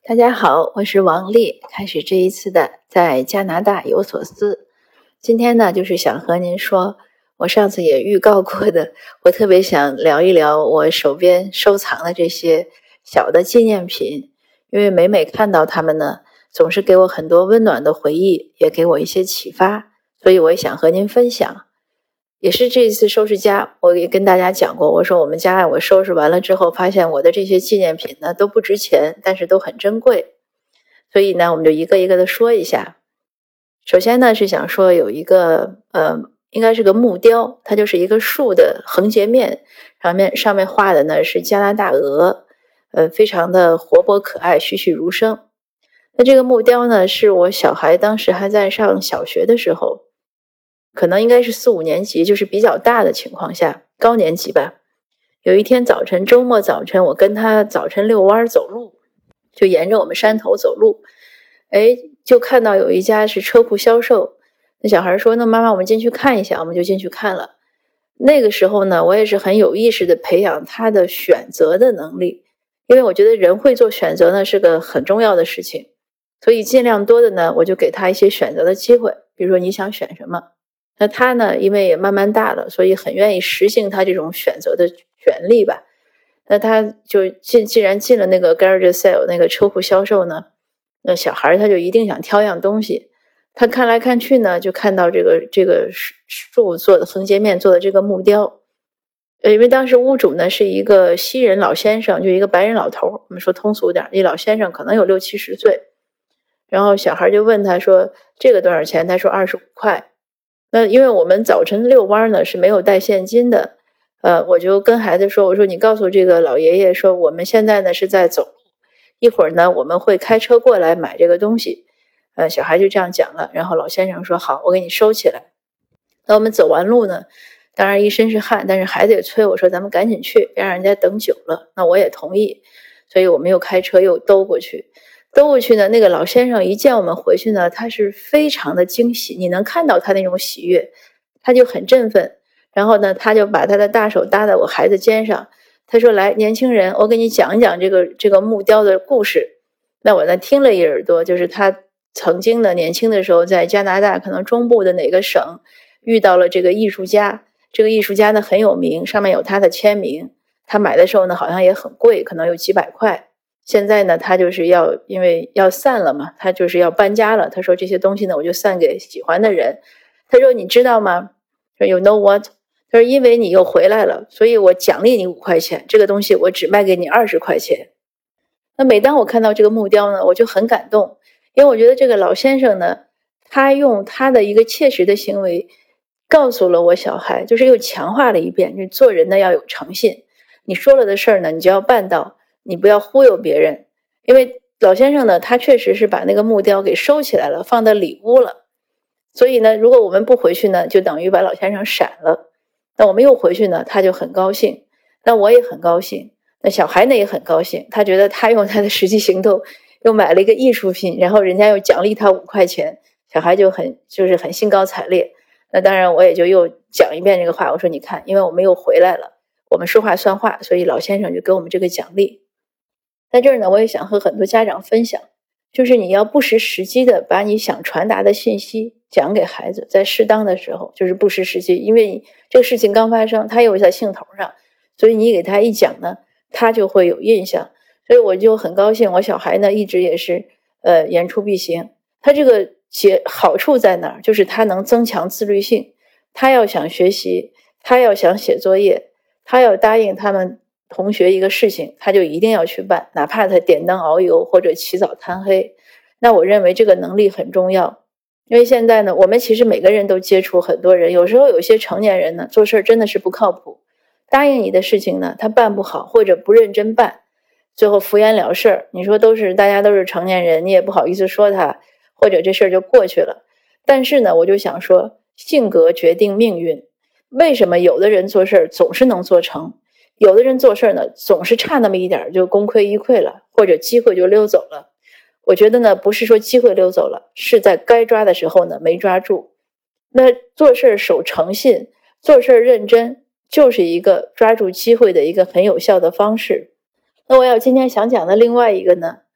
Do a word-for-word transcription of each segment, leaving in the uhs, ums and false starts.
大家好，我是王丽，开始这一次的在加拿大有所思。今天呢，就是想和您说，我上次也预告过的，我特别想聊一聊我手边收藏的这些小的纪念品，因为每每看到它们呢，总是给我很多温暖的回忆，也给我一些启发，所以我也想和您分享。也是这一次收拾家，我也跟大家讲过，我说我们家我收拾完了之后，发现我的这些纪念品呢都不值钱，但是都很珍贵，所以呢我们就一个一个的说一下。首先呢是想说有一个呃应该是个木雕，它就是一个树的横截面，上面上面画的呢是加拿大鹅，呃非常的活泼可爱，栩栩如生。那这个木雕呢是我小孩当时还在上小学的时候，可能应该是四五年级，就是比较大的情况下，高年级吧。有一天早晨，周末早晨，我跟他早晨遛弯走路，就沿着我们山头走路，哎，就看到有一家是车库销售。那小孩说：“那妈妈，我们进去看一下。”我们就进去看了。那个时候呢，我也是很有意识的培养他的选择的能力，因为我觉得人会做选择呢是个很重要的事情，所以尽量多的呢，我就给他一些选择的机会。比如说你想选什么？那他呢，因为也慢慢大了，所以很愿意实行他这种选择的权利吧。那他就进，既然进了那个 garage sale 那个车库销售呢，那小孩他就一定想挑样东西。他看来看去呢，就看到这个这个树做的横截面做的这个木雕。因为当时屋主呢是一个西人老先生，就一个白人老头，我们说通俗点，一老先生可能有六七十岁。然后小孩就问他说：“这个多少钱？”他说二十五块。那因为我们早晨遛弯呢是没有带现金的，呃，我就跟孩子说，我说你告诉这个老爷爷说，我们现在呢是在走路，一会儿呢我们会开车过来买这个东西。呃，小孩就这样讲了，然后老先生说好，我给你收起来。那我们走完路呢，当然一身是汗，但是孩子也催我说咱们赶紧去，别让人家等久了。那我也同意，所以我们又开车又兜过去。兜过去呢，那个老先生一见我们回去呢，他是非常的惊喜，你能看到他那种喜悦，他就很振奋。然后呢，他就把他的大手搭在我孩子肩上，他说：“来，年轻人，我给你讲一讲这个这个木雕的故事。”那我呢听了一耳朵，就是他曾经呢年轻的时候在加拿大可能中部的哪个省遇到了这个艺术家，这个艺术家呢很有名，上面有他的签名，他买的时候呢好像也很贵，可能有几百块。现在呢他就是要因为要散了嘛，他就是要搬家了，他说这些东西呢我就散给喜欢的人。他说你知道吗，说 You know what， 他说因为你又回来了，所以我奖励你五块钱，这个东西我只卖给你二十块钱。那每当我看到这个木雕呢，我就很感动，因为我觉得这个老先生呢，他用他的一个切实的行为告诉了我小孩，就是又强化了一遍，就是做人呢要有诚信，你说了的事儿呢你就要办到，你不要忽悠别人。因为老先生呢他确实是把那个木雕给收起来了，放到里屋了，所以呢如果我们不回去呢，就等于把老先生闪了。那我们又回去呢，他就很高兴，那我也很高兴，那小孩呢也很高兴，他觉得他用他的实际行动又买了一个艺术品，然后人家又奖励他五块钱，小孩就很就是很兴高采烈。那当然我也就又讲一遍这个话，我说你看，因为我们又回来了，我们说话算话，所以老先生就给我们这个奖励。在这儿呢，我也想和很多家长分享，就是你要不失时机的把你想传达的信息讲给孩子，在适当的时候，就是不失时机，因为这个事情刚发生，他又在兴头上，所以你给他一讲呢，他就会有印象。所以我就很高兴，我小孩呢一直也是呃言出必行。他这个结好处在哪儿？就是他能增强自律性。他要想学习，他要想写作业，他要答应他们同学一个事情，他就一定要去办，哪怕他点灯熬油或者起早贪黑。那我认为这个能力很重要。因为现在呢，我们其实每个人都接触很多人，有时候有些成年人呢做事真的是不靠谱，答应你的事情呢他办不好或者不认真办，最后敷衍了事，你说都是大家都是成年人，你也不好意思说他，或者这事儿就过去了。但是呢我就想说，性格决定命运。为什么有的人做事总是能做成，有的人做事呢总是差那么一点就功亏一篑了，或者机会就溜走了。我觉得呢不是说机会溜走了，是在该抓的时候呢没抓住。那做事守诚信，做事认真，就是一个抓住机会的一个很有效的方式。那我要今天想讲的另外一个呢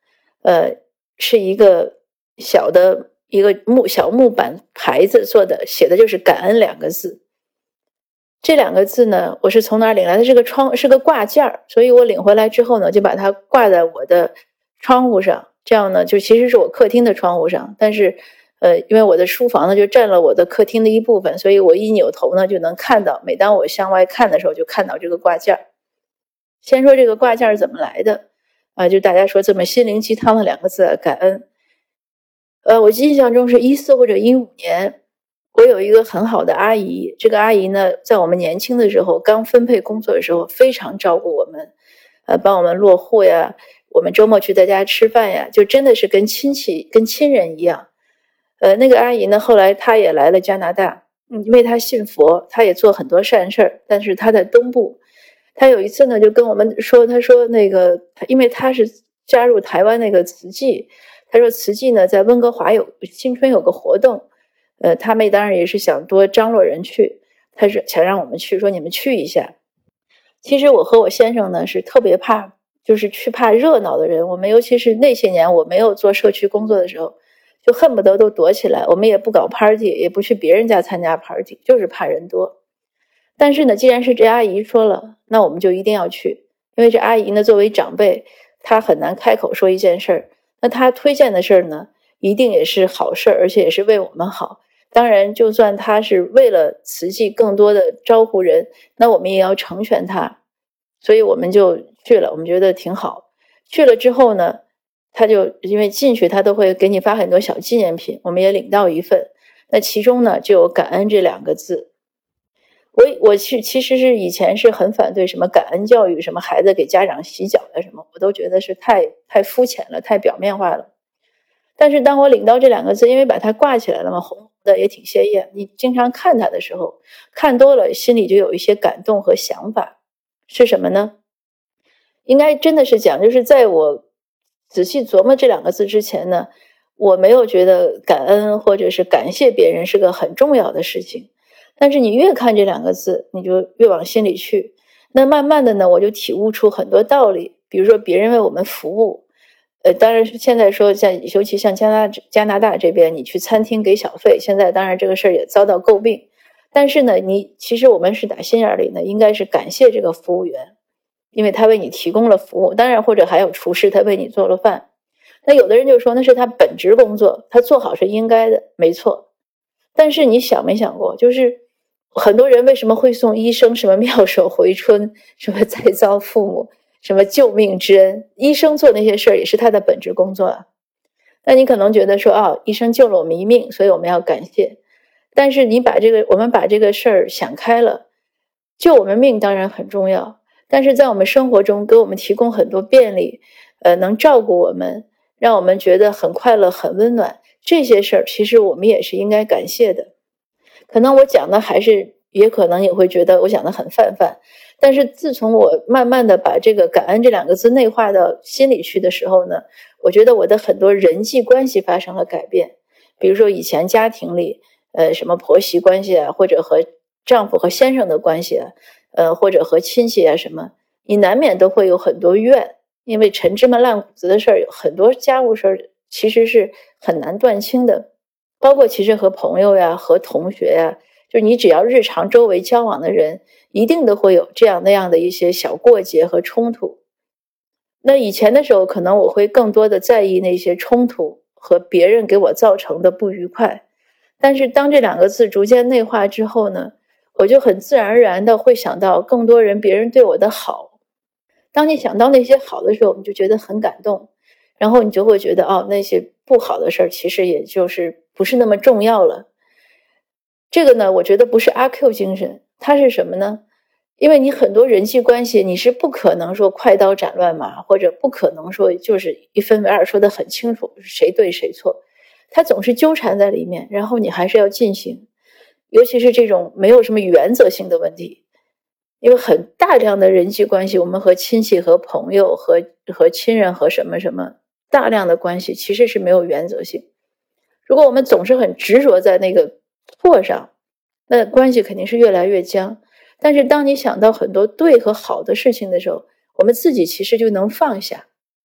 呃，是一个小的一个木小木板牌子做的，写的就是感恩两个字。这两个字呢，我是从哪儿领来的？是个窗，是个挂件儿，所以我领回来之后呢，就把它挂在我的窗户上。这样呢，就其实是我客厅的窗户上，但是，呃，因为我的书房呢就占了我的客厅的一部分，所以我一扭头呢就能看到。每当我向外看的时候，就看到这个挂件儿。先说这个挂件儿怎么来的啊？就大家说这么心灵鸡汤的两个字，感恩。呃，我印象中是一四或者一五年。我有一个很好的阿姨，这个阿姨呢，在我们年轻的时候，刚分配工作的时候，非常照顾我们，呃，帮我们落户呀，我们周末去在家吃饭呀，就真的是跟亲戚、跟亲人一样。呃，那个阿姨呢，后来她也来了加拿大，嗯，因为她信佛，她也做很多善事儿，但是她在东部。她有一次呢，就跟我们说，她说那个，因为她是加入台湾那个慈济，她说慈济呢，在温哥华有新春有个活动。呃，他妹当然也是想多张罗人去，他是想让我们去，说你们去一下。其实我和我先生呢是特别怕，就是去怕热闹的人。我们尤其是那些年我没有做社区工作的时候，就恨不得都躲起来。我们也不搞 party， 也不去别人家参加 party， 就是怕人多。但是呢，既然是这阿姨说了，那我们就一定要去，因为这阿姨呢作为长辈，她很难开口说一件事儿。那她推荐的事儿呢，一定也是好事儿，而且也是为我们好。当然，就算他是为了慈济更多的招呼人，那我们也要成全他，所以我们就去了，我们觉得挺好。去了之后呢，他就因为进去他都会给你发很多小纪念品，我们也领到一份。那其中呢就有感恩这两个字。我我是其实是以前是很反对什么感恩教育，什么孩子给家长洗脚呀什么，我都觉得是太太肤浅了，太表面化了。但是当我领到这两个字，因为把它挂起来了嘛，红的也挺鲜艳，你经常看它的时候，看多了心里就有一些感动和想法。是什么呢？应该真的是讲，就是在我仔细琢磨这两个字之前呢，我没有觉得感恩或者是感谢别人是个很重要的事情。但是你越看这两个字，你就越往心里去。那慢慢的呢，我就体悟出很多道理，比如说别人为我们服务。呃，当然现在说像尤其像加拿加拿大这边，你去餐厅给小费，现在当然这个事儿也遭到诟病。但是呢，你其实我们是打心眼里呢，应该是感谢这个服务员，因为他为你提供了服务。当然，或者还有厨师，他为你做了饭。那有的人就说那是他本职工作，他做好是应该的，没错。但是你想没想过，就是很多人为什么会送医生什么妙手回春，什么再造父母，什么救命之恩，医生做那些事儿也是他的本职工作啊。那你可能觉得说啊，医生救了我们一命，所以我们要感谢。但是你把这个，我们把这个事儿想开了，救我们命当然很重要，但是在我们生活中给我们提供很多便利，呃，能照顾我们，让我们觉得很快乐、很温暖，这些事儿其实我们也是应该感谢的。可能我讲的还是，也可能也会觉得我讲的很泛泛。但是自从我慢慢的把这个感恩这两个字内化到心里去的时候呢，我觉得我的很多人际关系发生了改变。比如说以前家庭里，呃，什么婆媳关系啊，或者和丈夫和先生的关系啊，呃，或者和亲戚啊什么，你难免都会有很多怨，因为陈芝麻烂谷子的事儿，有很多家务事儿其实是很难断清的。包括其实和朋友呀，和同学呀，就是你只要日常周围交往的人，一定都会有这样那样的一些小过节和冲突。那以前的时候，可能我会更多的在意那些冲突和别人给我造成的不愉快。但是当这两个字逐渐内化之后呢，我就很自然而然的会想到更多人别人对我的好。当你想到那些好的时候，你就觉得很感动，然后你就会觉得哦，那些不好的事儿其实也就是不是那么重要了。这个呢，我觉得不是阿 Q 精神，它是什么呢？因为你很多人际关系，你是不可能说快刀斩乱麻，或者不可能说就是一分为二说得很清楚谁对谁错，它总是纠缠在里面，然后你还是要进行。尤其是这种没有什么原则性的问题，因为很大量的人际关系，我们和亲戚和朋友和和亲人和什么什么大量的关系其实是没有原则性。如果我们总是很执着在那个错上，那关系肯定是越来越僵。但是当你想到很多对和好的事情的时候，我们自己其实就能放下。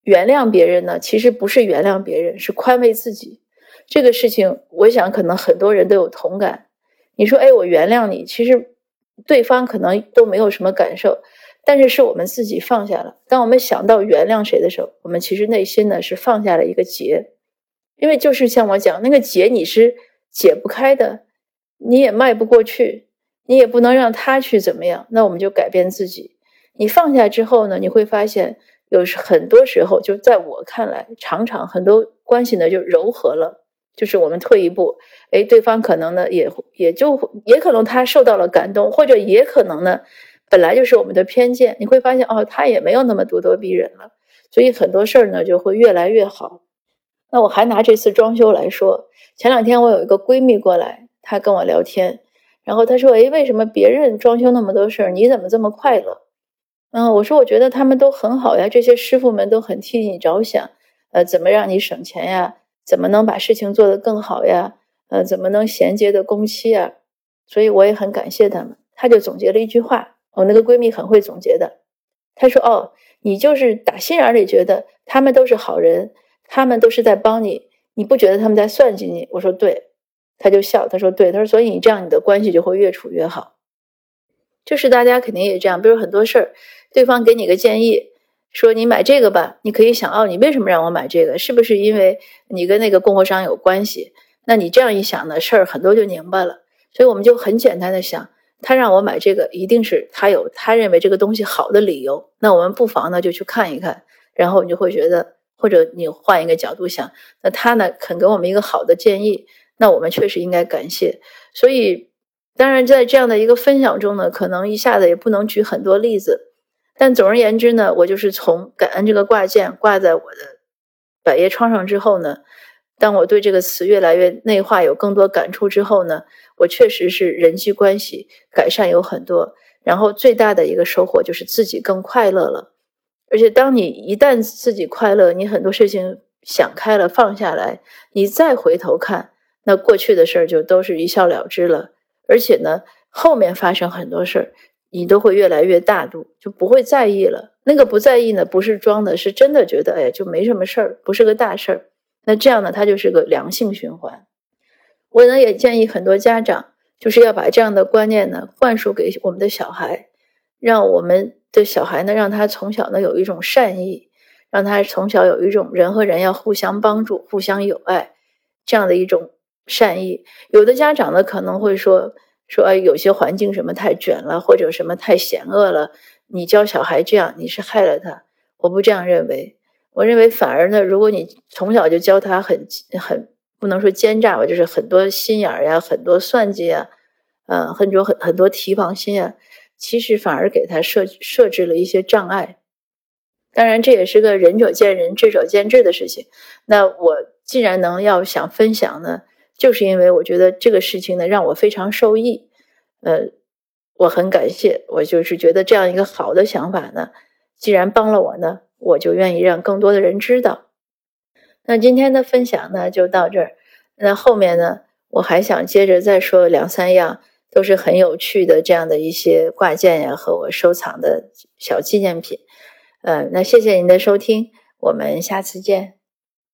原谅别人呢，其实不是原谅别人，是宽慰自己。这个事情我想可能很多人都有同感。你说哎，我原谅你，其实对方可能都没有什么感受，但是是我们自己放下了。当我们想到原谅谁的时候，我们其实内心呢是放下了一个结。因为就是像我讲，那个结你是解不开的，你也迈不过去，你也不能让他去怎么样，那我们就改变自己。你放下之后呢，你会发现有很多时候，就在我看来，常常很多关系呢就柔和了。就是我们退一步，哎，对方可能呢也也就也可能他受到了感动，或者也可能呢本来就是我们的偏见，你会发现哦，他也没有那么咄咄逼人了，所以很多事儿呢就会越来越好。那我还拿这次装修来说，前两天我有一个闺蜜过来，她跟我聊天，然后她说，哎，为什么别人装修那么多事儿，你怎么这么快乐？嗯，我说我觉得他们都很好呀，这些师傅们都很替你着想，呃，怎么让你省钱呀？怎么能把事情做得更好呀？呃，怎么能衔接的工期啊？所以我也很感谢他们。她就总结了一句话，我那个闺蜜很会总结的。她说：“哦，你就是打心眼里觉得他们都是好人，他们都是在帮你，你不觉得他们在算计你？”我说：“对。”她就笑，她说：“对。”她说：“所以你这样，你的关系就会越处越好。”就是大家肯定也这样，比如很多事儿，对方给你个建议。说你买这个吧，你可以想哦，你为什么让我买这个？是不是因为你跟那个供货商有关系？那你这样一想呢，事儿很多就明白了。所以我们就很简单的想，他让我买这个，一定是他有他认为这个东西好的理由。那我们不妨呢就去看一看，然后你就会觉得，或者你换一个角度想，那他呢肯给我们一个好的建议，那我们确实应该感谢。所以当然在这样的一个分享中呢，可能一下子也不能举很多例子。但总而言之呢，我就是从感恩这个挂件挂在我的百叶窗上之后呢，当我对这个词越来越内化，有更多感触之后呢，我确实是人际关系改善有很多，然后最大的一个收获就是自己更快乐了。而且当你一旦自己快乐，你很多事情想开了放下来，你再回头看，那过去的事儿就都是一笑了之了。而且呢，后面发生很多事儿，你都会越来越大度，就不会在意了。那个不在意呢，不是装的，是真的觉得哎，就没什么事儿，不是个大事儿。那这样呢，它就是个良性循环。我呢也建议很多家长，就是要把这样的观念呢灌输给我们的小孩，让我们的小孩呢，让他从小呢有一种善意，让他从小有一种人和人要互相帮助、互相友爱这样的一种善意。有的家长呢可能会说说哎，有些环境什么太卷了，或者什么太险恶了，你教小孩这样，你是害了他。我不这样认为，我认为反而呢，如果你从小就教他很很不能说奸诈吧，就是很多心眼呀，很多算计呀，呃，很多很很多提防心啊，其实反而给他设设置了一些障碍。当然这也是个仁者见仁，智者见智的事情。那我既然能要想分享呢，就是因为我觉得这个事情呢让我非常受益，呃，我很感谢，我就是觉得这样一个好的想法呢，既然帮了我呢，我就愿意让更多的人知道。那今天的分享呢就到这儿，那后面呢我还想接着再说两三样都是很有趣的这样的一些挂件呀和我收藏的小纪念品。呃，那谢谢您的收听，我们下次见。